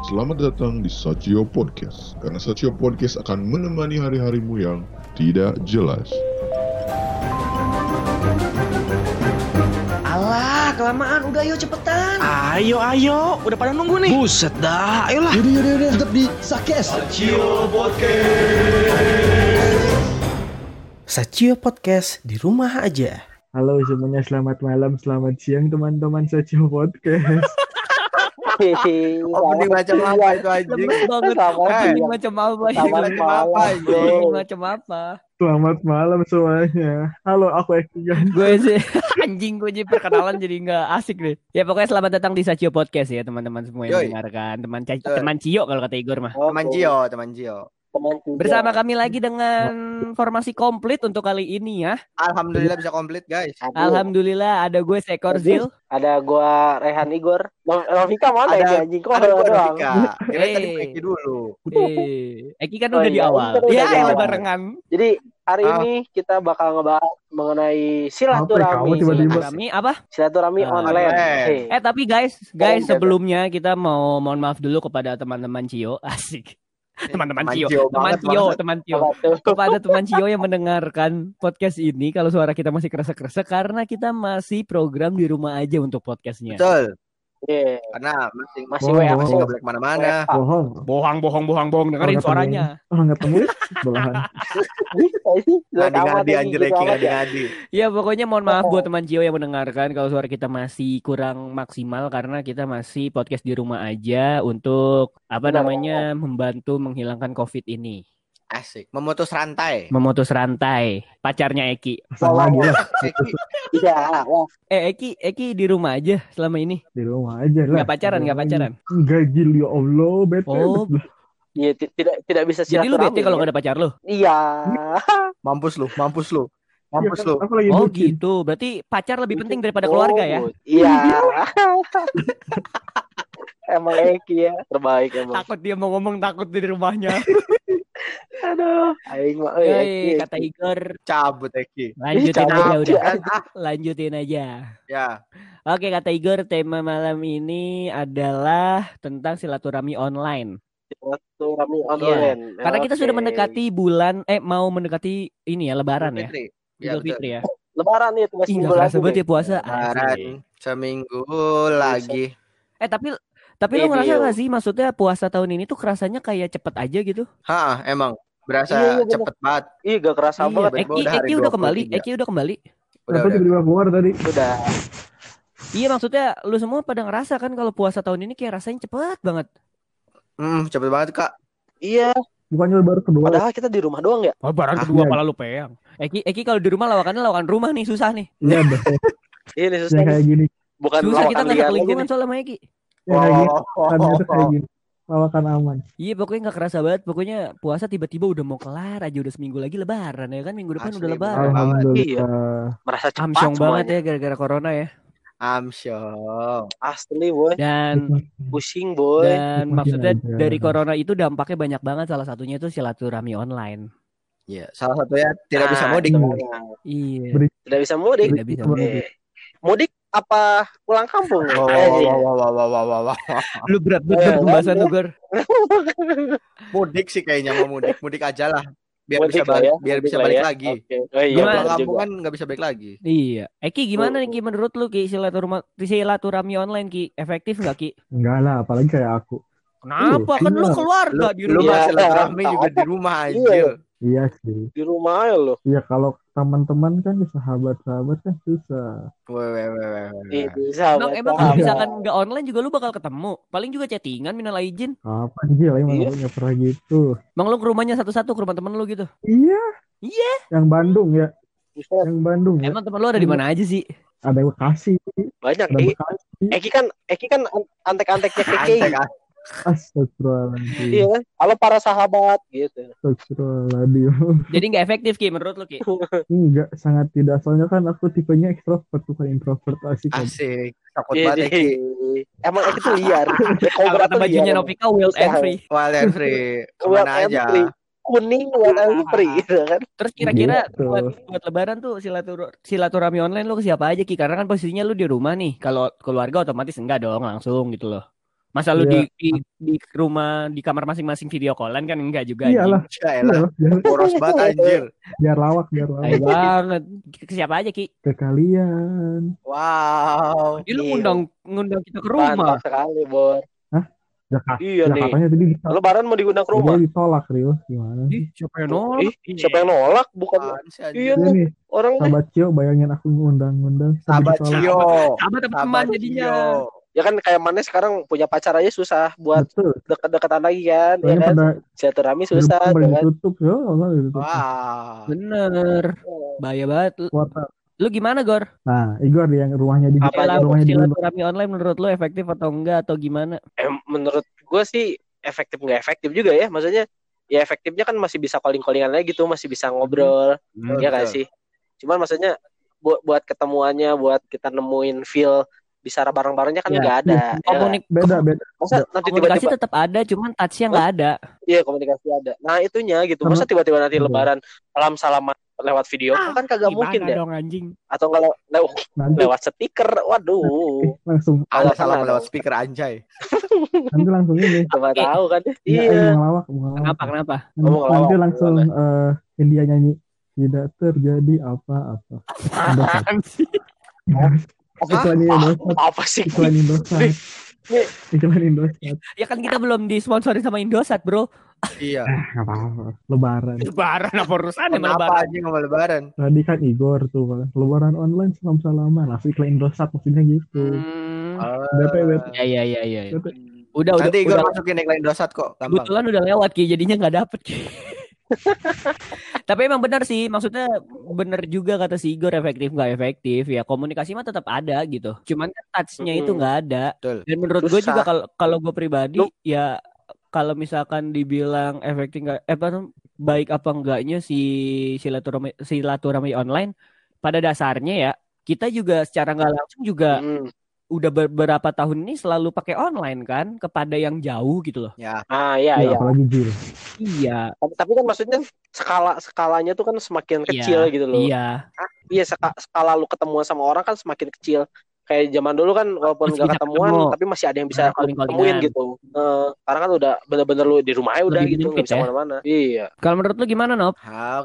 Selamat datang di Sachio Podcast, karena Sachio Podcast akan menemani hari-harimu yang tidak jelas. Alah, kelamaan. Udah, ayo cepetan. Ayo, udah pada nunggu nih. Buset dah, ayolah. Yaudah, tetap di Sakes. Sachio Podcast di rumah aja. Halo semuanya, selamat malam, selamat siang teman-teman Sakes Podcast. Opening macam apa itu anjing? Lemes banget. Opening macam apa ini? Macam apa? Selamat malam semuanya. Halo, aku Eki kan. Gue sih anjing, gue jadi perkenalan jadi nggak asik deh. Ya pokoknya selamat datang di Sachio Podcast ya teman-teman semua yang mendengarkan. Teman Cio kalau kata Igor mah. Teman Cio. Bersama kami lagi dengan formasi komplit untuk kali ini ya. Alhamdulillah bisa komplit guys. Alhamdulillah ada gue Sekor Zil. Ada gua Rehan Igor. Rafika mana ya anjing? Kok Ada gua doang? Rafika. Kira tadi Eki dulu. Eki kan Oh udah di iya, awal. udah di Ya, awal. barengan. Jadi hari ini kita bakal ngebahas mengenai Apa silaturahmi. kamu tiba-tiba? Kami apa? Silaturahmi online. online. Tapi guys sebelumnya kita mau mohon maaf dulu kepada teman-teman Cio. Asik. Teman-teman Cio. Teman Cio. Kepada teman Cio yang mendengarkan podcast ini, kalau suara kita masih kresek-kresek karena kita masih program di rumah aja untuk podcastnya. Betul. Iya. Karena Masih Bohong, WA, masih bohong. nggak boleh kemana-mana. Bohong. Dengerin suaranya. Nggak temu belahan. Ngadi-ngadi anjir Eki, ngadi-ngadi. Ya pokoknya mohon maaf buat teman Cio yang mendengarkan kalau suara kita masih kurang maksimal karena kita masih podcast di rumah aja untuk membantu menghilangkan COVID ini. Asik. Memutus rantai. Memutus rantai pacarnya Eki. Salah lagi lah. Eki. Iya. Wah. Eki di rumah aja selama ini. Di rumah aja lah. Nggak pacaran. Enggak, Gil, ya Allah, bete. Oh, Iya, tidak bisa jadi lu silaturahmi. bete kalau nggak ada pacar lu? Iya. Mampus lu. Iya kan, aku lagi Oh bucin. gitu. Berarti pacar lebih penting daripada keluarga ya? Iya. Emang Eki ya terbaik emang. Takut dia mau ngomong, takut di rumahnya. Aduh. Aing mah Hei, kata Igor, Cabut Eki. lanjutin cabut. aja udah. Kan? Lanjutin aja. Ya. Oke, kata Igor, tema malam ini adalah tentang silaturahmi online. Silaturahmi online. Karena kita sudah Oke. mendekati mau mendekati ini ya, Lebaran ya. Fitri. Idul Fitri ya. Lebaran nih tinggal Ih, seminggu nggak kerasa lagi banget nih. ya puasa. Lebaran Asik. seminggu lagi. Tapi lo ngerasa Video. gak sih maksudnya puasa tahun ini tuh kerasanya kayak cepet aja gitu? Emang berasa Iya, bener. cepet banget. Iya gak kerasa Iya, banget. Eki. Udah hari Eki udah 23. kembali. Kenapa tiba-tiba keluar tadi? Udah. Iya, maksudnya lu semua pada ngerasa kan kalau puasa tahun ini kayak rasanya cepet banget. Cepet banget Kak. Iya. Bukannya baru kedua. Padahal kita di rumah doang ya. Lebaran iya. kedua malah lu peyang. Eki kalau di rumah lawakan rumah nih, susah nih. Iya, deh. Iya nih Yang susah. kayak gini. Bukan Susah kita lawakan nggak liar ada lagi lingkungan nih. soalnya sama Eki. Yang kayak gini. Tadinya tuh kayak gini. Lawakan aman. Iya, pokoknya nggak kerasa banget. Pokoknya puasa tiba-tiba udah mau kelar aja, udah seminggu lagi Lebaran ya kan, minggu depan Asli, udah bener Lebaran. banget. Alhamdulillah. Merasa cepat Amsyong banget semuanya. ya gara-gara corona ya. Amsyong. Asli boy. Dan Pusing boy. maksudnya aja. dari corona itu dampaknya banyak banget. Salah satunya itu silaturahmi online. Iya, salah satunya tidak bisa Nah, mudik. itu. Iya. Tidak bisa mudik. Tidak bisa. Mudik apa pulang kampung nih? Wah. Lu berat Iya, banget pembahasan lu, Gor. Mudik sih kayaknya mau mudik aja lah. Biar Mudik bisa lah balik, ya, biar mudik bisa lah balik ya. lagi. Oke. Oh iya, Gimana? Pulang bener kampung juga. kan nggak bisa balik lagi. Iya. Eki gimana nih Ki menurut lu Ki silaturahmi online Ki efektif nggak Ki? Enggak lah, apalagi kayak aku. Kenapa? Kan lu Iya. keluarga di Lu rumah. mah silaturahmi juga di rumah aja. Iya sih. Di rumah aja loh. Iya, kalau teman-teman kan sahabat-sahabat kan susah. Weh. Ih, bisa. Emang kalau misalkan nggak online juga lu bakal ketemu. Paling juga chattingan minal izin. Apa gila, emang Iya. aku nggak pernah gitu. Bang lu ke rumahnya satu-satu ke rumah temen lu gitu. Iya. Iya. Yang Bandung ya. Bisa. Yang Bandung ya. Emang temen lu ada di mana aja sih? Ada yang Bekasi. Banyak. Ada Bekasi. Eki kan antek-anteknya KKI. Antek. Astagfirullahaladzim. Iya kan? Halo para sahabat gitu. Astagfirullahaladzim. Jadi nggak efektif Ki menurut lu Ki? Enggak, sangat tidak. Soalnya kan aku tipenya ekstrovert bukan introvert. Asik kan. Asik. Takut Iya, banget Eki. Emang Eki tuh liar. Kalau kata bajunya Novika wild and free. Wild and free. Wild Kemana and aja. free. Kuning wild and free gitu kan. Terus kira-kira Gitu. buat Lebaran tuh silaturahmi online lu ke siapa aja Ki? Karena kan posisinya lu di rumah nih. Kalau keluarga otomatis enggak dong langsung gitu loh. Masa lu Iya. di rumah di kamar masing-masing video callan kan enggak juga Iyalah. Ya elah, Biar, boros banget anjir. biar lawak. Hai banget. Ke siapa aja Ki? Ke kalian. Wow. Lu Iya. ngundang kita ke rumah. Mantap sekali, Bor. Iya nih. Jakartanya tadi ditolak. Lebaran mau diundang ke rumah. Dia ditolak, Rio. Gimana? Ih, siapa yang nolak? Siapa yang nolak? Bukan. Apaan sih, anjir? Iya Dia nih. nih, Orang nih. sahabat Cio bayangin aku ngundang-ngundang. Sahabat ditolak. Cio. Sahabat apa teman jadinya? Ya kan kayak mana sekarang punya pacar aja susah buat Betul. deket-deketan lagi kan. Ya Soalnya kan? pada Silaturahmi susah. gerbang pada Ya kan? ditutup. Ya Allah ditutup. Wah. Bener. Bahaya banget. Kuota. Lu gimana, Gor? Nah, Igor yang rumahnya di Apa aja? rumahnya di Silaturahmi online menurut lu efektif atau enggak atau gimana? Menurut gue sih efektif nggak efektif juga ya. Maksudnya ya efektifnya kan masih bisa calling-callingan lagi gitu, masih bisa ngobrol. Ya kan sih. Cuman maksudnya buat ketemuannya, buat kita nemuin feel bisa bareng-barengnya kan Ya. nggak ada. Ya kan? beda. Masa nanti Komunikasi tiba-tiba tetap ada, cuman touch-nya nggak ada. iya komunikasi ada. Nah itunya gitu. Masa tiba-tiba nanti lebaran salam-salaman lewat video kan kagak mungkin ya. Dong anjing. Atau kalau Nanti lewat stiker, waduh. langsung Ada Salah salam dong. lewat speaker anjay. nanti langsung ini. Coba tahu kan. Iya. Iya. Mau ngelawak. Kenapa? Ngomong Nanti lawak, langsung India nyanyi tidak terjadi apa-apa. Apaan sih? Iklan Indosat. Apa sih? Iklan Indosat. Iklan Indosat. Ya kan kita belum disponsori sama Indosat, Bro. Iya. Nggak apa-apa. Lebaran. Lebaran apa urusannya sama Kenapa lebaran? anjing sama lebaran? Tadi kan Igor tuh kan. Lebaran online salam-salaman. Langsung iklan Indosat maksudnya gitu. BP. Iya. Udah Nanti gue udah masukin iklan Indosat kok, gampang. kebetulan udah lewat Ki, jadinya nggak dapet Ki. Tapi emang benar sih, maksudnya bener juga kata si Igor, efektif nggak efektif ya, komunikasi mah tetap ada gitu, cuman kan touch-nya itu nggak ada. Betul. Dan menurut gue Susah. juga kalau gue pribadi ya, kalau misalkan dibilang efektif nggak baik apa enggaknya si silaturahmi online, pada dasarnya ya kita juga secara nggak langsung juga udah beberapa tahun ini selalu pakai online kan kepada yang jauh gitu loh. Ya. Iya. Apalagi Jil. Iya. Tapi kan maksudnya skalanya tuh kan semakin kecil gitu loh. Iya. Iya, skala lu ketemu sama orang kan semakin kecil. Kayak zaman dulu kan walaupun Masih nggak bisa ketemuan ketemu. tapi masih ada yang bisa lu Calling-callingan. temuin gitu. Sekarang kan udah bener-bener lu di rumahnya udah Lebih gitu, nggak menyempit bisa ya. kemana-mana. Iya. Kalau menurut lu gimana, Nop?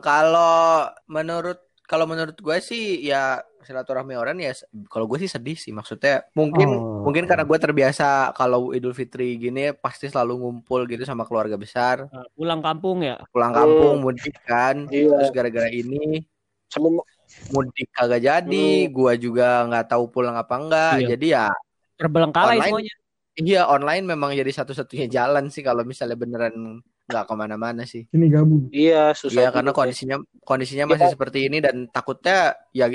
Kalau menurut gue sih ya silaturahmi orang ya, kalau gue sih sedih sih, maksudnya mungkin karena gue terbiasa kalau Idul Fitri gini pasti selalu ngumpul gitu sama keluarga besar, Pulang kampung ya? pulang kampung mudik kan. Iya. Terus gara-gara ini Sama mudik kagak jadi, gue juga nggak tahu pulang apa enggak. Iya. Jadi ya Terbelengkalai Online. semuanya. iya, online memang jadi satu-satunya jalan sih kalau misalnya beneran nggak kemana-mana sih. Ini gabung. iya susah. Iya, karena kondisinya masih seperti ini, dan takutnya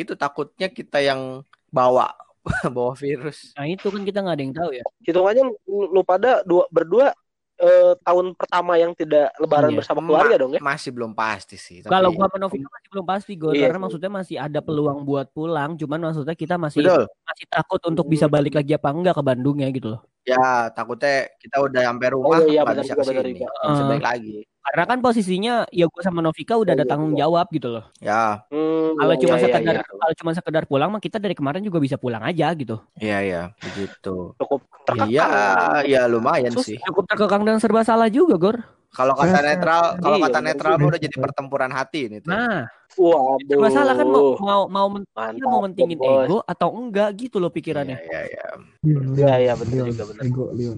kita yang bawa virus. Nah itu kan kita nggak ada yang tahu ya. Hitungannya lu pada berdua tahun pertama yang tidak lebaran Iya. bersama keluarga dong ya. Masih belum pasti sih. Kalau Tapi gua sama Novita masih belum pasti gue, Iya. karena maksudnya masih ada peluang buat pulang, cuman maksudnya kita masih betul. takut untuk bisa balik lagi apa enggak ke Bandung ya gitu loh. Ya, takutnya kita udah sampai rumah Oh, iya, nggak benar bisa juga, kesini, benar juga. nggak bisa balik lagi. Karena kan posisinya ya gue sama Novika udah ada Iya, tanggung iya. jawab gitu loh. Ya, Kalau cuma iya, sekedar iya. kalau cuma sekedar pulang mah kita dari kemarin juga bisa pulang aja gitu. iya, begitu. Cukup terkekang. Iya, ya lumayan Susah. sih. Cukup terkekang dan serba salah juga, Gor. Kalau kata netral, Iya, mah udah jadi pertempuran hati ini tuh. Nah, Waduh. serba salah kan mau Mantap, mau mentingin bos. ego atau enggak gitu loh pikirannya. Iya. Iya, benar juga, benar. Leon.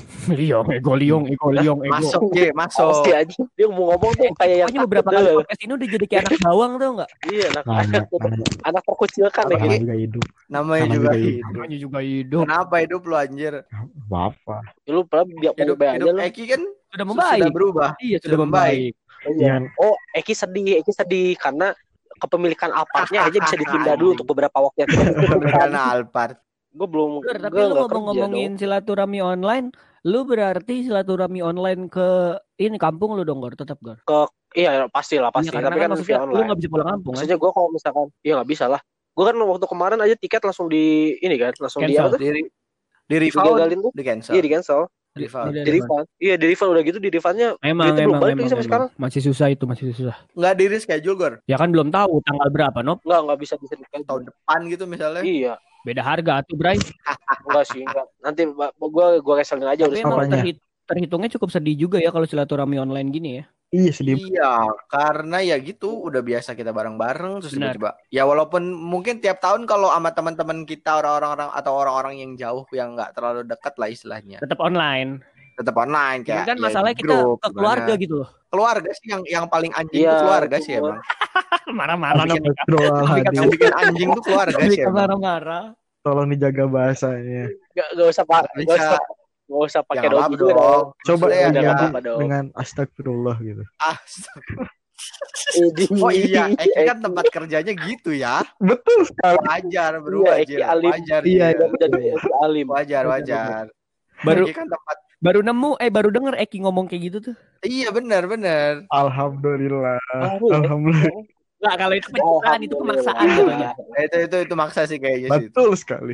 Ego liong. Masuk, J, masuk. Pasti aja. Dia mau ngomong tuh kayak yang Pokoknya beberapa kali podcast ini udah jadi kayak anak bawang tuh enggak? Iya, anak terkucilkan ya. Namanya juga hidup. Namanya Namanya juga juga hidup. Namanya juga hidup. Kenapa hidup lu anjir? Apa? Lu pernah biar Hidup aja lu. Eki kan Sudah sudah membaik. berubah. Iya, sudah membaik. Iya. Oh, Eki sedih karena kepemilikan Alphardnya aja bisa ditunda dulu untuk beberapa waktu. Karena Alphard. Gue belum. Tapi Gue lu nggak ngomongin silaturahmi online, lu berarti silaturahmi online ke ini kampung lu dong, Gor, tetap Gor. Iya, pasti lah, pasti. Iya, karena Tapi kan kan maksudnya via lu online. nggak bisa pulang kampung kan? Maksudnya gue kalau misalkan, ya nggak bisa lah. Gue kan waktu kemarin aja tiket langsung di ini kan, langsung di Cancel. apa tuh? Di refund, Digagalin tuh. di cancel. Iya, di cancel. Di refund. Di refund. Iya, di refund udah gitu, di refundnya duitnya belum balik lagi sampai sekarang. Masih susah itu, masih susah. Nggak di reschedule, Gor. Ya kan belum tahu tanggal berapa, Nop. Nggak bisa di reschedule. Tahun depan gitu misalnya. Iya. Beda harga tuh, Bray. Enggak sih, enggak. Nanti gua keselin aja Tapi urusan emang apanya. terhitungnya cukup sedih juga ya kalau silaturahmi online gini ya. Iya sedih. Iya, karena ya gitu udah biasa kita bareng-bareng terus Benar. tiba-tiba. Ya walaupun mungkin tiap tahun kalau sama teman-teman kita orang-orang atau orang-orang yang jauh yang nggak terlalu dekat lah istilahnya. Tetap online. Tetap online Ini kayak kan ya masalahnya di kita grup, ke keluarga gimana. gitu loh. Keluarga sih yang paling anjing Iya, tuh keluarga sih betul. emang. Marah-marah dong. Yang Yang bikin anjing tuh keluarga sih bikin emang. marah-marah. Tolong dijaga bahasanya. Gak usah Nggak bisa. Gak usah pakai Ya, nggak dog apa-apa juga dong. dong. Coba Maksudnya ya, diganti nggak apa-apa dong. dengan astagfirullah gitu. Astaga. Ini- Oh iya, Eki kan tempat kerjanya gitu ya. Betul sekali. Wajar bro, Iya, wajar. Eki Alim. Wajar. Iya, Iya. Dan Eki Alim. Wajar. Baru Eki kan tempat. baru denger Eki ngomong kayak gitu tuh. Iya benar. Alhamdulillah. Baru ya? Alhamdulillah. Enggak, kalau itu pencitraan, itu pemaksaan jatuhnya. Itu maksa sih kayaknya sih. Betul sekali.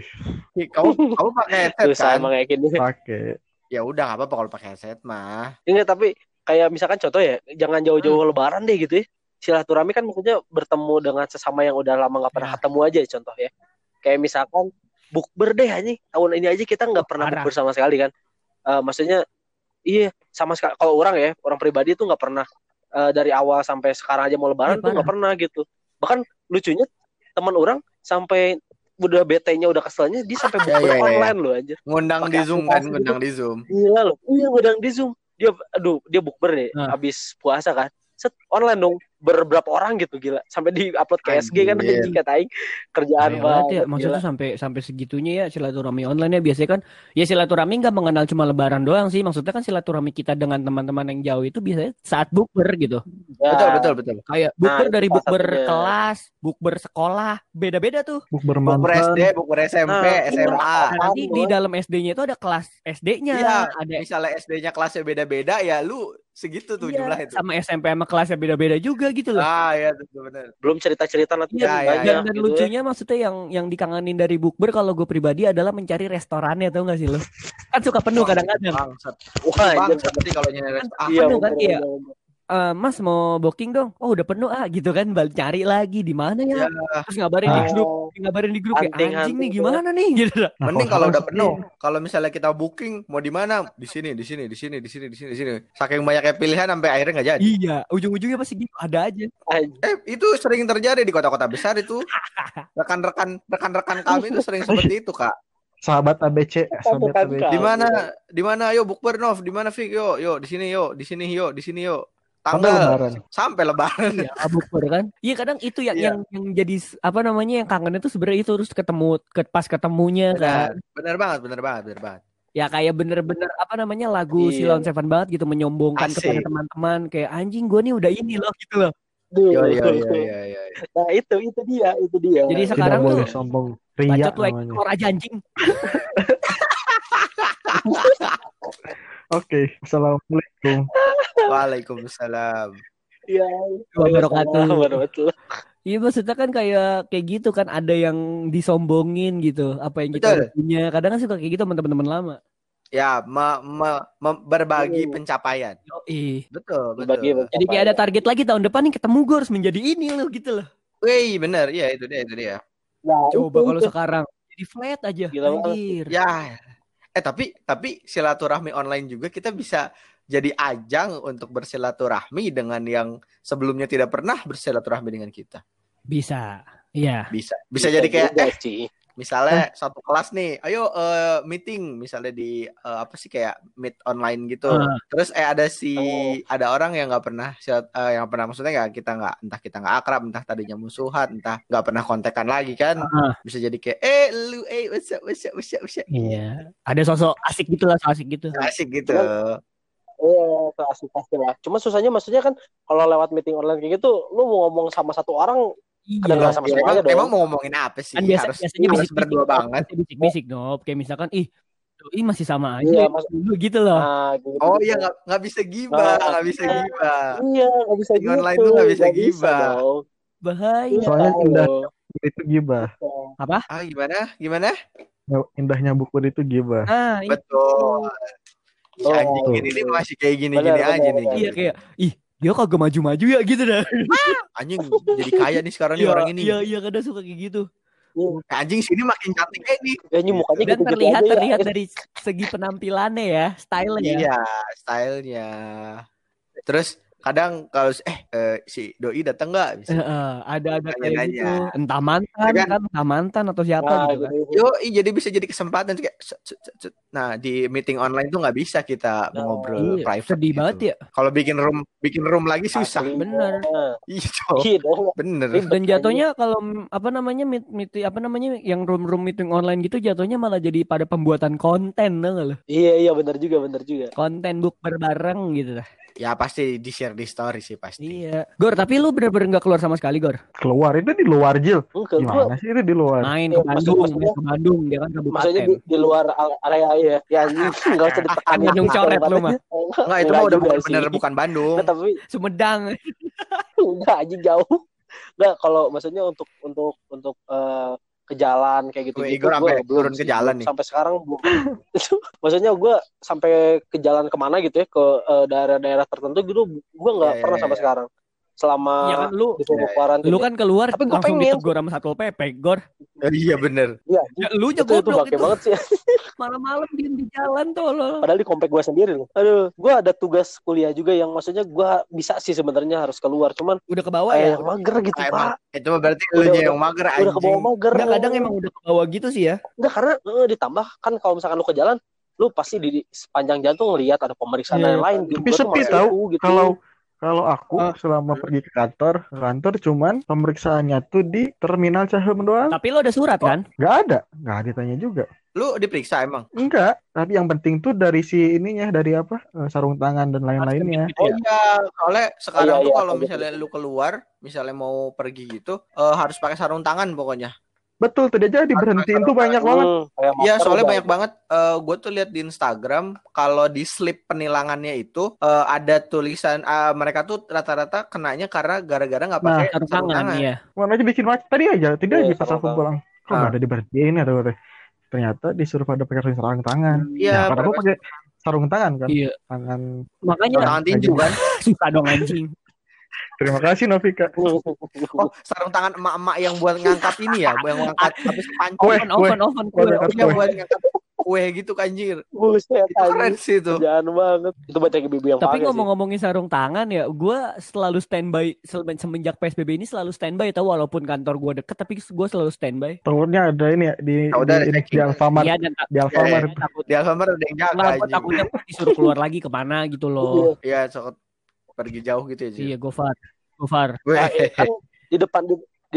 Kamu pakai headset Susah kan? emang kayak gini. Pakai. Ya udah nggak apa-apa kalau pakai headset mah. Enggak, tapi kayak misalkan contoh ya, jangan jauh-jauh lebaran deh gitu ya. Silaturahmi kan maksudnya bertemu dengan sesama yang udah lama nggak pernah Ya. ketemu aja contoh ya. Kayak misalkan bukber deh anjing. Tahun ini aja kita nggak pernah parah. bukber sama sekali kan. Maksudnya iya sama sekali. Kalau orang pribadi tuh nggak pernah dari awal sampai sekarang aja mau lebaran Iya, tuh nggak pernah gitu. Bahkan lucunya teman orang sampai udah bete-nya udah keselnya dia sampai Ya, bukber ya. online loh anjir. Ngundang Pakai di Zoom kan, aplikasi ngundang di Zoom. Gila loh. Iya ngundang di Zoom. Dia bukber nih Nah. habis puasa kan. Set online dong berberapa orang gitu gila. Sampai di-upload ke SG kan Anjir. anjing kata aing kerjaan Banget banget. ya, maksudnya sampai segitunya ya silaturahmi online ya. Biasanya kan ya silaturahmi nggak mengenal cuma lebaran doang sih. Maksudnya kan silaturahmi kita dengan teman-teman yang jauh itu biasanya saat bukber gitu. Ya, Betul. Kayak bukber itu dari salah bukber satunya. kelas, bukber sekolah, beda-beda tuh. Bukber Buku mantan. SD, buku SMP, Nah, SMA. Nah, nanti Apaan, di Boy? dalam SD-nya itu ada kelas SD-nya, Iya, ada misalnya SD-nya kelasnya beda-beda ya lu segitu tuh iya, jumlah itu. sama SMP sama kelasnya beda-beda juga gitu loh. Ah iya benar. belum cerita-cerita nanti Iya, ya, banyak dan gitu lucunya maksudnya yang dikangenin dari bukber kalau gue pribadi adalah mencari restorannya, tau gak sih lo? Kan suka penuh kadang-kadang. Bangsat. ya. Wah, anjir. Bangsat sih kalau nyari Iya, penuh kan, bener, iya. bener. Mas mau booking dong? Oh udah penuh gitu kan, balik cari lagi di mana ya? Ya, Terus ngabarin di grup kayak Hunting, anjing nih hunting, gimana nih gitu. Nah, mending kalau udah sekarang penuh. Kalau misalnya kita booking mau di mana? Di sini. Saking banyaknya pilihan sampai akhirnya nggak jadi. Iya, ujung-ujungnya pasti gitu, ada aja. Anjir. Itu sering terjadi di kota-kota besar itu. Rekan-rekan kami itu sering seperti itu, Kak. sahabat ABC, sahabat Bukan ABC. kau. Di mana yuk bukber Nov? Di mana Fik? Yuk, di sini yuk. Sampai Tanggal lebaran. sampai lebaran. Iya, bukber kan. Iya kadang itu Iya. yang jadi apa namanya yang kangennya tuh sebenarnya itu terus pas ketemunya kan. Benar banget. Ya kayak bener-bener apa namanya lagu Iya. Silon Seven banget gitu menyombongkan Asik. kepada teman-teman kayak anjing gue nih udah ini loh gitu loh. Duh. Iya. Nah, itu dia. Jadi Tidak sekarang tuh boleh sombong. Ria bacot like namanya. keluar aja anjing. Oke, assalamualaikum. Waalaikumsalam. Iya. Wabarakatuh. Iya maksudnya kan kayak gitu kan ada yang disombongin gitu apa yang kita Betul. udah punya. Kadang kan suka kayak gitu sama teman-teman lama. Ya, berbagi pencapaian. Yoi. Betul. Bagi Jadi kayak ada target lagi tahun depan nih ketemu gue harus menjadi ini loh gitu loh. Wih, benar. Iya, itu dia. Nah, Coba itu. kalau sekarang jadi flat aja. Gila banget. Anjir. Ya. Tapi silaturahmi online juga kita bisa jadi ajang untuk bersilaturahmi dengan yang sebelumnya tidak pernah bersilaturahmi dengan kita. Bisa. Iya. Bisa jadi kayak juga, Ci. misalnya satu kelas nih, ayo meeting misalnya di apa sih kayak meet online gitu. Terus ada orang yang nggak pernah maksudnya entah kita nggak akrab, entah tadinya musuhan, entah nggak pernah kontekan lagi kan. Bisa jadi kayak lu what's up. Iya. Ada sosok asik gitu lah, asik gitu. Asik gitu. Iya, itu asli pasti lah. Cuma susahnya maksudnya kan kalau lewat meeting online kayak gitu, lu mau ngomong sama satu orang kedengaran sama Ya, semuanya dong. emang mau ngomongin apa sih? Kan harus biasanya harus bisik-bisik berdua banget. Bisik-bisik Nob. Kayak misalkan doi masih sama aja. Iya, Dulu gitu loh. Nah, gitu. Oh iya nggak bisa gibah, nggak bisa gibah. Iya, nggak bisa Meeting gitu. online tuh nggak bisa Nggak gibah. dong. Bahaya. Soalnya Tahu. indah itu gibah. Apa? Ah gimana? Indahnya bukber itu gibah. Nah, Betul. Si anjing ini masih kayak gini-gini Benar, aja benar, nih. benar. iya kayak dia kagak maju-maju ya gitu dah. Anjing jadi kaya nih sekarang nih orang ini. Iya kadang suka kayak gitu. Anjing sini makin cantik ini. Ya mukanya dan gitu-gitu terlihat aja ya. dari segi penampilannya ya, stylenya. Iya, stylenya. Terus kadang kalau si doi datang nggak bisa. Ada kayak gitu. Nanya-nanya. Entah mantan Ya kan? kan, entah mantan atau siapa gitu kan. Jadi bisa jadi kesempatan kayak nah di meeting online tuh nggak bisa kita ngobrol Iya, private sedih gitu. banget ya. Kalau bikin room lagi susah. Asli. Bener. Iya, Cok. Iya dong. Bener. Dan jatuhnya kalau yang room meeting online gitu jatuhnya malah jadi pada pembuatan konten, enggak lo? Iya benar juga. Konten bukber bareng gitu lah. Ya pasti di-share di story sih pasti. Iya. Gor, tapi lu bener-bener gak keluar sama sekali, Gor? Keluar itu di luar, Jil. Enggak, Gimana sih itu di luar? Main Iya, ke Bandung, maksudnya- ke Bandung, dia kan maksudnya kabupaten. di luar area ya. Ya anjing enggak usah ditekan. Bandung coret lu mah. Enggak, itu mah udah bener bukan Bandung. Nggak, tapi Sumedang. enggak anjing jauh. Enggak, kalau maksudnya untuk ke jalan kayak gitu. Wih, Igor sampai belum turun ke sih, jalan belum. nih. Sampai sekarang belum. Maksudnya gue sampai ke jalan kemana gitu ya, ke daerah-daerah tertentu gitu, gue nggak Iya, pernah iya, sampai iya. sekarang. Selama Iya kan lu disuruh karantina. lu kan keluar Tapi gua langsung pengen. ditegur sama Satpol PP, Gor. Iya bener. Iya, Ya, lu itu jago goblok bangke itu. banget sih. Malam-malam diem di jalan tuh lo. Padahal di komplek gue sendiri loh. Aduh, gue ada tugas kuliah juga yang maksudnya gue bisa sih sebenarnya harus keluar, cuman Udah ke bawah kayak ya. yang mager gitu Nah, pak. emang itu mah berarti lu Udah- yang mager Udah ke bawah anjing. mager. Nggak, kadang emang udah ke bawah gitu sih ya. Enggak, karena ditambah kan kalau misalkan lu ke jalan, lu pasti di sepanjang jalan tuh ngelihat ada pemeriksaan Iya. yang lain. Tapi Gua tuh sepi malah tahu kepo gitu. kalau aku selama pergi ke kantor cuman pemeriksaannya tuh di terminal Cahem doang. Tapi lo ada surat kan? Nggak ditanya juga. Lu diperiksa emang? Enggak, tapi yang penting tuh dari si ininya, dari apa? Sarung tangan dan lain-lainnya. Oh iya, soalnya sekarang Iya, tuh iya, kalau iya, misalnya lu keluar, misalnya mau pergi gitu, harus pakai sarung tangan pokoknya. Betul, tuh dia jadi diberhentiin tuh banyak banget. Kayak Iya, masker soalnya udah- banyak banget. Gue tuh lihat di Instagram kalau di slip penilangannya itu ada tulisan mereka tuh rata-rata kenanya karena gara-gara nggak pakai Sarung sarung tangan tangan. iya. Mana aja bikin macet tadi aja Iya, pas aku sarung pulang. Kok nggak ada diberhentiin ya tuh? Ternyata disuruh pada pakai sarung tangan. Iya, Karena aku pakai sarung tangan kan. Iya. Tangan. Makanya Tangan tinju kan. susah dong anjing. Terima kasih Novika. Oh, sarung tangan emak-emak yang buat ngangkat ini ya, yang ngangkat habis pancing. Kue. Oven kue. Iya, buat ngangkat kue gitu kan, anjir. Buset, Itu keren anjing. sih itu. Kerjaan banget. Itu banyak ibu-ibu yang Tapi pakai sih. ngomong-ngomongin sarung tangan ya, gue selalu standby semenjak PSBB ini selalu standby tau, walaupun kantor gue deket tapi gue selalu standby. Tahunnya ada ini ya di Udah, di checking. Alfamart. Iya dan Di Alfamart. takut Di Alfamart ada yang jaga anjing. takutnya disuruh keluar lagi kemana gitu loh. Iya, sok pergi jauh gitu ya, Ji. Iya, Gofar. Weh. Kan di depan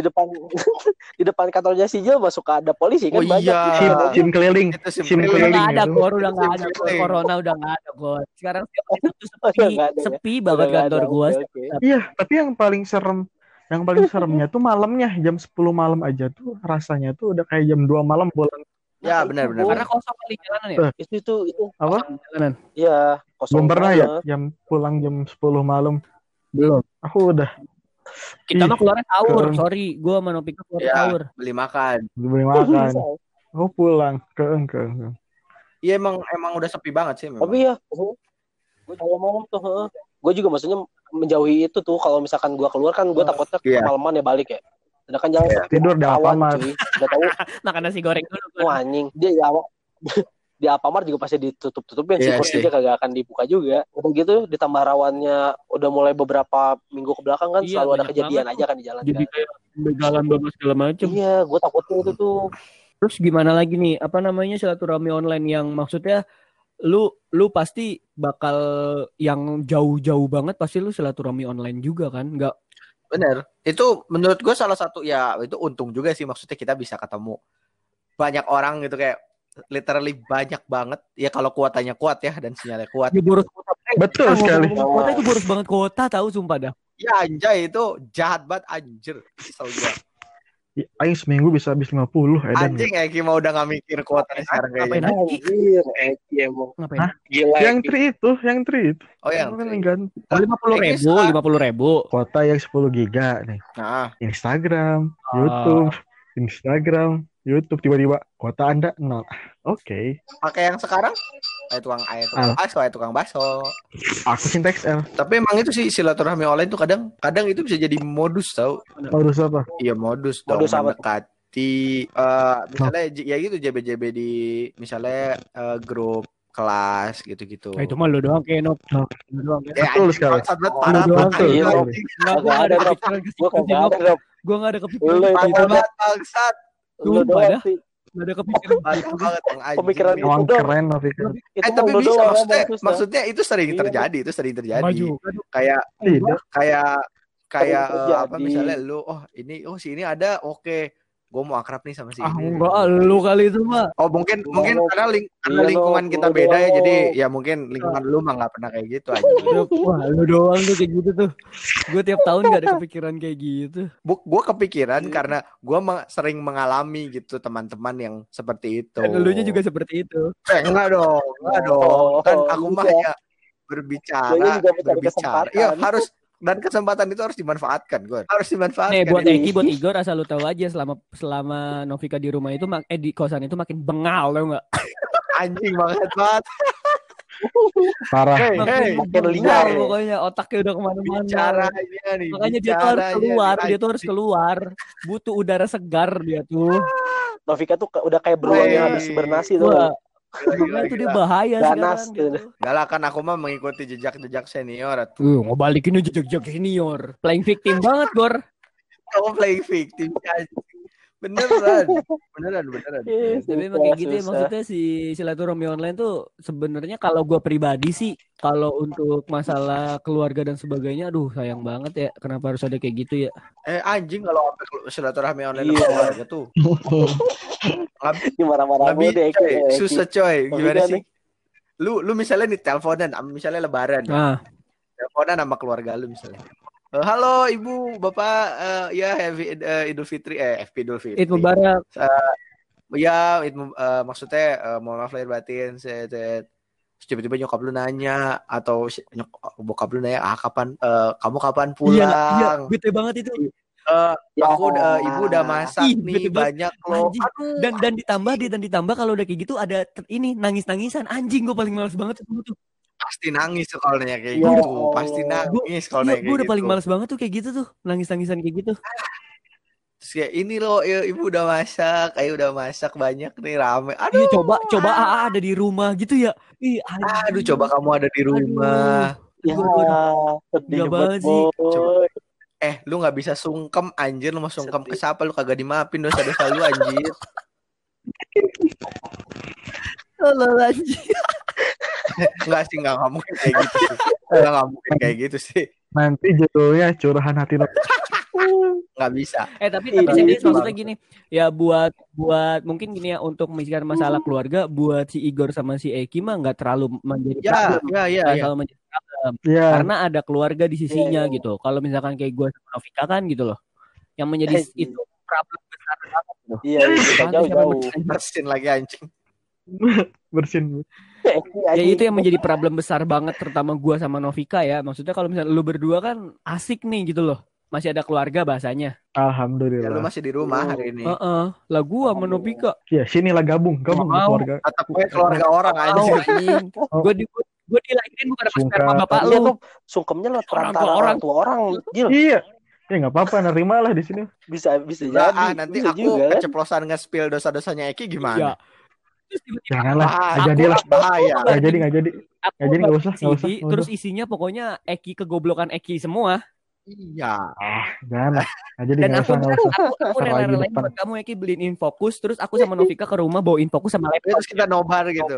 di depan kantornya si Jil masuk ada polisi kan Oh banyak. iya. SIM keliling. Itu SIM SIM Udah keliling nggak ada itu. Gor, udah nggak ada SIM Gor. keliling. Corona udah nggak ada Gor. Sekarang itu Udah sepi, nggak ada ya? sepi banget Udah nggak kantor ada, gue. oke. Iya, tapi yang paling seremnya tuh malamnya, jam 10 malam aja tuh rasanya tuh udah kayak jam 2 malam pulang. Ya, benar-benar. Karena kosong kali jalanan ya. Itu Apa? Kosong jalanan. ya kosong Belum pernah ya banget. jam pulang jam 10 malam. Belum. Aku udah Kita mah keluarnya sahur. keren. Sorry, gue sama Nopika keluar Ya, sahur. beli makan. beli makan. Aku pulang ke. Iya, emang udah sepi banget sih memang. Tapi ya, kalau malam tuh, gue juga maksudnya menjauhi itu tuh. Kalau misalkan gue keluar kan, gue takutnya Iya. kemalaman ya balik ya. Sedangkan jalan sepi, Tidur di rawan, Alfamart. cuy. Udah tahu, Makan nasi goreng dulu. Gor. wah anjing. Dia ya di Alfamart juga pasti ditutup-tutupin sih, Iya kursinya sih. kagak akan dibuka juga. Udah gitu ditambah rawannya udah mulai beberapa minggu ke belakang kan Iya, selalu ada banyak kejadian banget aja kan di jalan. Jadi kayak begalan bagus segala macem. Iya, gue takutnya itu tuh. Terus gimana lagi nih? Apa namanya silaturahmi online yang maksudnya lu pasti bakal yang jauh-jauh banget pasti lu silaturahmi online juga kan? Enggak. Bener. Itu menurut gue salah satu ya itu untung juga sih, maksudnya kita bisa ketemu banyak orang gitu, kayak literally banyak banget. Ya kalau kuotanya kuat ya dan sinyalnya kuat. Ya boros kota. Betul sekali. Kota itu boros banget kota tahu sumpah dah. Ya anjay, itu jahat banget anjir. Kesel gua. Aing seminggu bisa habis 50 edan. Anjing Eki mau udah gak mikir kuotanya sekarang Ngapain kayaknya. lagi? Anjir, emang Ngapain? Hah? gila. Yang tri itu. Oh yang Kan ganti 50.000. kuota yang 10 giga nih. Nah, Instagram, YouTube tiba-tiba kuota Anda 0. Oke. pakai yang sekarang tukang tukang bakso. Aku cinta XL. Tapi emang itu sih silaturahmi online tuh kadang itu bisa jadi modus tau. Modus apa? Iya modus dong, Modus apa tuh? mendekat misalnya ya gitu JB di misalnya grup kelas gitu-gitu. Itu mah lu doang kayak Nop. Lu doang ya. Betul sekali. Parah doang, tuh. Gua ada kepikiran ke situ. Gua enggak ada kepikiran. Lu Bangsat. Lu doang sih. Enggak ada kepikiran. Parah banget Bang Aji. Pemikiran Emang itu dong. keren Novika. Tapi bisa maksudnya itu sering terjadi, itu sering terjadi. Kayak Tidak. kayak Terjadi. apa misalnya lu si ini ada, oke. Gue mau akrab nih sama si ini. Enggak, lu kali itu mah. Oh mungkin karena lingkungan kita beda ya, jadi ya mungkin lingkungan lu mah nggak pernah kayak gitu aja. Wah, lu doang tuh kayak gitu tuh. Gue tiap tahun nggak ada kepikiran kayak gitu. Gue kepikiran karena gue sering mengalami gitu teman-teman yang seperti itu. Dan elunya juga seperti itu. Enggak dong. Kan aku mah ya berbicara. Iya harus. Dan kesempatan itu harus dimanfaatkan, gue. Harus dimanfaatkan. Nih buat Eki, buat Igor, asal lu tahu aja selama Novika di rumah itu, di kosan itu makin bengal, tau nggak? Anjing banget. Parah. Makin liar pokoknya otaknya udah kemana-mana. Bicaranya nih. Makanya dia tuh harus keluar, butuh udara segar dia tuh. Novika tuh udah kayak beruang yang habis bernasi tuh. Gila, itu dia bahaya ganas sekarang gitu. Gak lah, kan aku mah mengikuti jejak senior mau balikin jejak senior. Playing victim banget, Gor. Kamu playing victim. Beneran. Tapi emang kayak gitu ya, maksudnya si silaturahmi online tuh sebenarnya kalau gue pribadi sih, kalau untuk masalah keluarga dan sebagainya, aduh sayang banget ya, kenapa harus ada kayak gitu ya? Anjing kalau silaturahmi online sama keluarga tuh. Marah-marah deh. Susah coy, gimana sih? Lu misalnya nih teleponan, misalnya lebaran. Teleponan sama keluarga lu misalnya. Halo Ibu, Bapak, ya Happy Idul Fitri, Idul Fitri. Id Mubarak. Ya, maksudnya mohon maaf lahir batin. Terus tiba-tiba nyokap lu nanya atau bokap lu nanya, kamu kapan pulang? Iya, bete banget itu. Ibu udah masak nih banyak loh. Dan ditambah kalau udah kayak gitu ada ini nangis-nangisan. Anjing, gue paling males banget itu tuh. Pasti nangis kalau nanya kayak gitu. Pasti nangis kalau nanya kayak gitu. Gue udah paling males banget tuh kayak gitu tuh. Nangis-nangisan kayak gitu. Terus kayak ini loh, ibu udah masak banyak nih, rame. Aduh, coba ada di rumah gitu ya. Aduh, coba kamu ada di rumah. Ya, sedih banget sih. Lu nggak bisa sungkem anjir, lu mau sungkem ke siapa, lu kagak dimaafin dosa-dosa lu anjir. Enggak sih, enggak mungkin kayak gitu sih. Enggak mungkin kayak gitu sih. Nanti judulnya curahan hati lo. Nggak bisa. Tapi serius maksudnya gini, ya buat mungkin gini ya, untuk misalkan masalah keluarga, buat si Igor sama si Eki mah nggak terlalu menjadi problem. Terlalu menjadi problem. Karena ada keluarga di sisinya gitu. Kalau misalkan kayak gue sama Novika kan gitu loh, yang menjadi itu problem besar banget gitu. Iya, jauh. Bersin lagi anjing. Bersin. Ya itu yang menjadi problem besar banget, terutama gue sama Novika ya. Maksudnya kalau misalnya lu berdua kan asik nih gitu loh, masih ada keluarga bahasanya. Alhamdulillah. Ya, lu masih di rumah hari ini. Lah gua sama Novika. Ya sinilah gabung keluarga. Tetap keluarga orang anjir. Gue dilahirin bukan atas sperma bapak lu. Sungkemnya lo orang tua orang. Iya. Ya nggak apa-apa, nerimalah di sini. Bisa jadi. Nanti aku keceplosan nge-spill dosa-dosanya Eki gimana? Janganlah, jadilah bahaya. Nggak jadi, nggak usah. Terus isinya pokoknya Eki, kegoblokan Eki semua. Iya. Janganlah. Jadi dan aku rela-relain buat kamu Eki beliin Infokus, terus aku sama Novika ke rumah bawa Infokus sama laptop. Terus kita nobar gitu.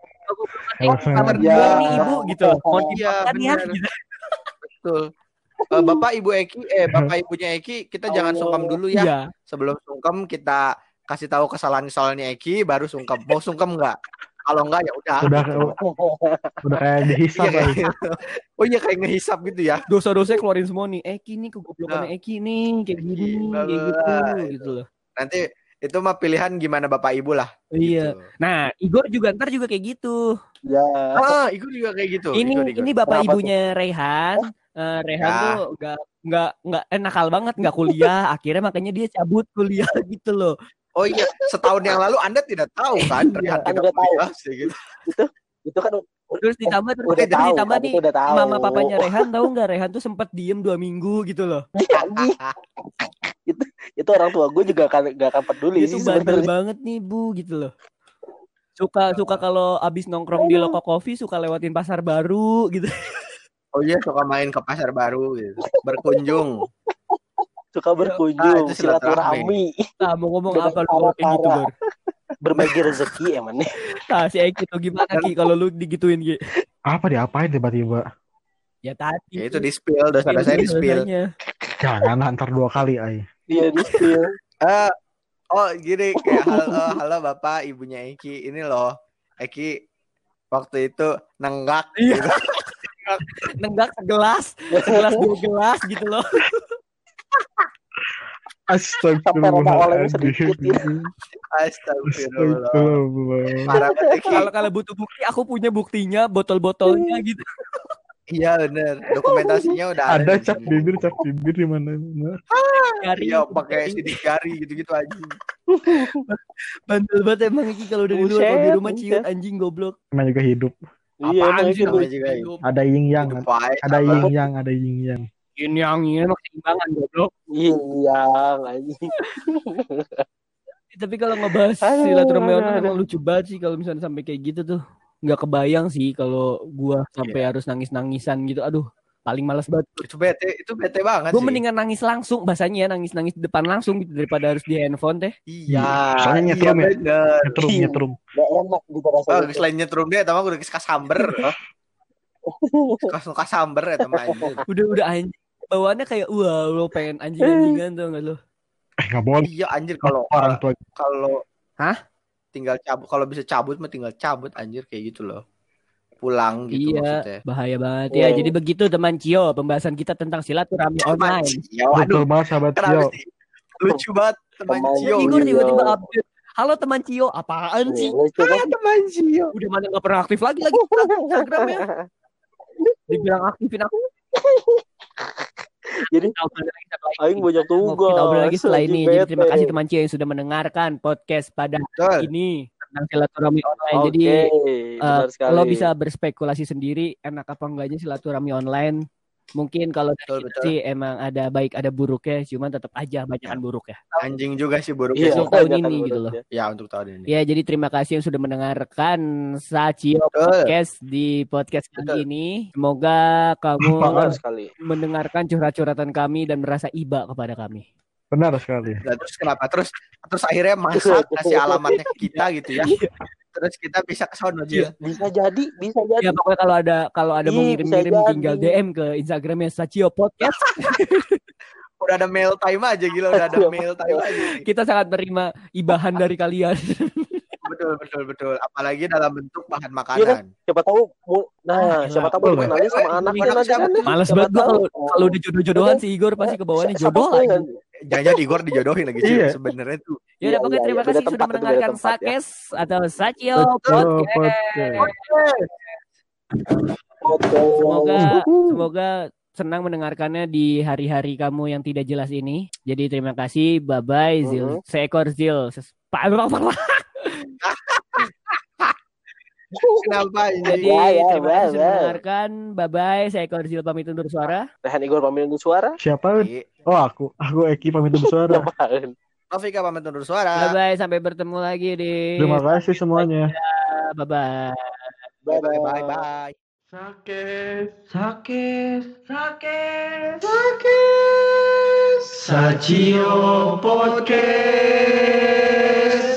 Kamar dua nih ibu gitu. Mau dimakan ya. Betul. Bapak Ibu Eki, Bapak Ibunya Eki, kita jangan sungkem dulu ya. Iya. Sebelum sungkem kita kasih tahu kesalahan-kesalahannya Eki, baru sungkem. Mau sungkem nggak? Kalau enggak ya udah. Udah kayak dihisap lagi. Oh iya, kayak ngehisap gitu ya. Dosa-dosa keluarin semua nih. Eki nih, kegoblokannya Eki nih, kayak gini, kayak gitu loh. Nanti itu mah pilihan gimana Bapak Ibu lah. Iya. Gitu. Nah, Igor juga ntar juga kayak gitu. Ya. Igor juga kayak gitu. Ini Bapak Ibunya Rehan. Rehan tuh nggak nakal banget, nggak kuliah. Akhirnya makanya dia cabut kuliah gitu loh. Oh iya, setahun yang lalu Anda tidak tahu kan? Rehan tidak tahu. Gitu. Itu kan terus ditambah nih mama papanya Rehan tahu nggak? Rehan tuh sempat diem 2 minggu gitu loh. itu orang tua gue juga gak akan peduli Itu sih bandel sebenarnya. banget nih Bu gitu loh. Suka kalau abis nongkrong di Loko Coffee suka lewatin pasar baru gitu. Oh iya, suka main ke pasar baru gitu. Berkunjung. Suka berkunjung, itu silaturahmi. Nah, mau ngomong apa lu kayak gitu, Bor? Berbagi rezeki emang nih. Nah, si Eki tuh gimana Ki kalau lu digituin Ki? Apa diapain tiba-tiba? Ya tadi. Ya itu di-spill, dosa-dosa di-spill. Jangan antar 2 kali, ay. Iya di-spill. Oh gini kayak halo Bapak ibunya Eki, ini loh Eki waktu itu nenggak gitu. Nenggak segelas 2 gelas gitu loh. Astagfirullahaladzim. Astagfirullah. Parah banget Eki. Kalau butuh bukti aku punya buktinya, botol-botolnya gitu. Iya benar, dokumentasinya udah Ada di cap sini. bibir di mana-mana. Iya pakai sidik jari gitu-gitu aja. Bandel banget emang Eki kalau udah di luar, kalau di rumah ciut anjing goblok. Namanya juga hidup. Iya, Apaan sih itu namanya juga Ada yin yang, hidup baik, ada apa? yin yang, ada yin yang. Ini yang ini emang keseimbangan goblok. Iya, anjing. Tapi kalau ngebahas silaturahmi online emang lucu banget sih kalau misalnya sampai kayak gitu tuh. Nggak kebayang sih kalau gua sampai harus nangis-nangisan gitu. Aduh, paling males banget. Itu bete banget Gua sih. mendingan nangis langsung, bahasanya nangis-nangis di depan langsung gitu daripada harus di handphone teh. Iya. Soalnya nyetrum ya. Bener. Nyetrum. Gak enak gitu rasanya. Oh, selain nyetrum dia, teman gue udah kasamber. Kasamber ya teman. Udah anjing. Bawaannya kayak lo pengen anjing-anjingan tuh enggak lo? Nggak boleh. Iya anjir kalau Orang tua. Hah? Tinggal cabut, kalau bisa cabut mah tinggal cabut anjir kayak gitu loh. Pulang gitu maksudnya. Iya, bahaya banget ya. Jadi begitu teman Cio, pembahasan kita tentang silaturahmi online. Betul banget sahabat Cio. Lucu banget teman Cio. Igor tiba-tiba update. Halo teman Cio, apaan sih? Teman Cio. Udah mana nggak pernah aktif lagi Instagramnya. Dibilang aktifin aku. Jadi aing banyak tugas. Kita obrol lagi setelah ini. Jadi terima kasih teman Cio yang sudah mendengarkan podcast pada ini tentang silaturahmi online. Jadi lo bisa berspekulasi sendiri enak apa enggaknya silaturahmi online. Mungkin kalau dari kita sih emang ada baik ada buruknya, cuman tetap aja banyakan buruk ya. Anjing juga sih buruk untuk tahun ini gitu loh. Ya untuk tahun ini. Ya jadi terima kasih yang sudah mendengarkan Sacio Podcast di podcast kali ini. Semoga kamu mendengarkan curhat-curhatan kami dan merasa iba kepada kami. Benar sekali. Nah, terus kenapa? Terus akhirnya masak kasih alamatnya ke kita gitu ya. Terus kita bisa ke sono aja. Bisa jadi. Ya pokoknya kalau ada mau ngirim-ngirim tinggal DM ke Instagramnya Sacio Podcast. Udah ada mail time aja gila, udah ada mail time aja. Kita sangat menerima ibahan dari kalian. Betul. Apalagi dalam bentuk bahan makanan. Iya kan? Siapa tahu siapa tahu mau kenalin sama anaknya nanti kan. Males banget gua kalau udah jodoh-jodohan si Igor pasti ke bawahnya jodoh lagi. Jangan Igor dijodohin lagi sih sebenarnya tuh. Ya udah pokoknya terima kasih sudah mendengarkan Sakes atau Sacio Podcast. Semoga senang mendengarkannya di hari-hari kamu yang tidak jelas ini. Jadi terima kasih, bye bye Zil. Seekor Zil. Kenapa ini? Jadi terima kasih sudah mendengarkan. Bye bye. Seekor Zil pamit undur suara. Rehan Igor pamit undur suara. Siapa? Oh aku Eki pamit undur suara. Novika pamit undur suara. Bye bye. Sampai bertemu lagi di. Terima kasih semuanya. Bye bye. Bye bye. Sakes. Sacio Podcast.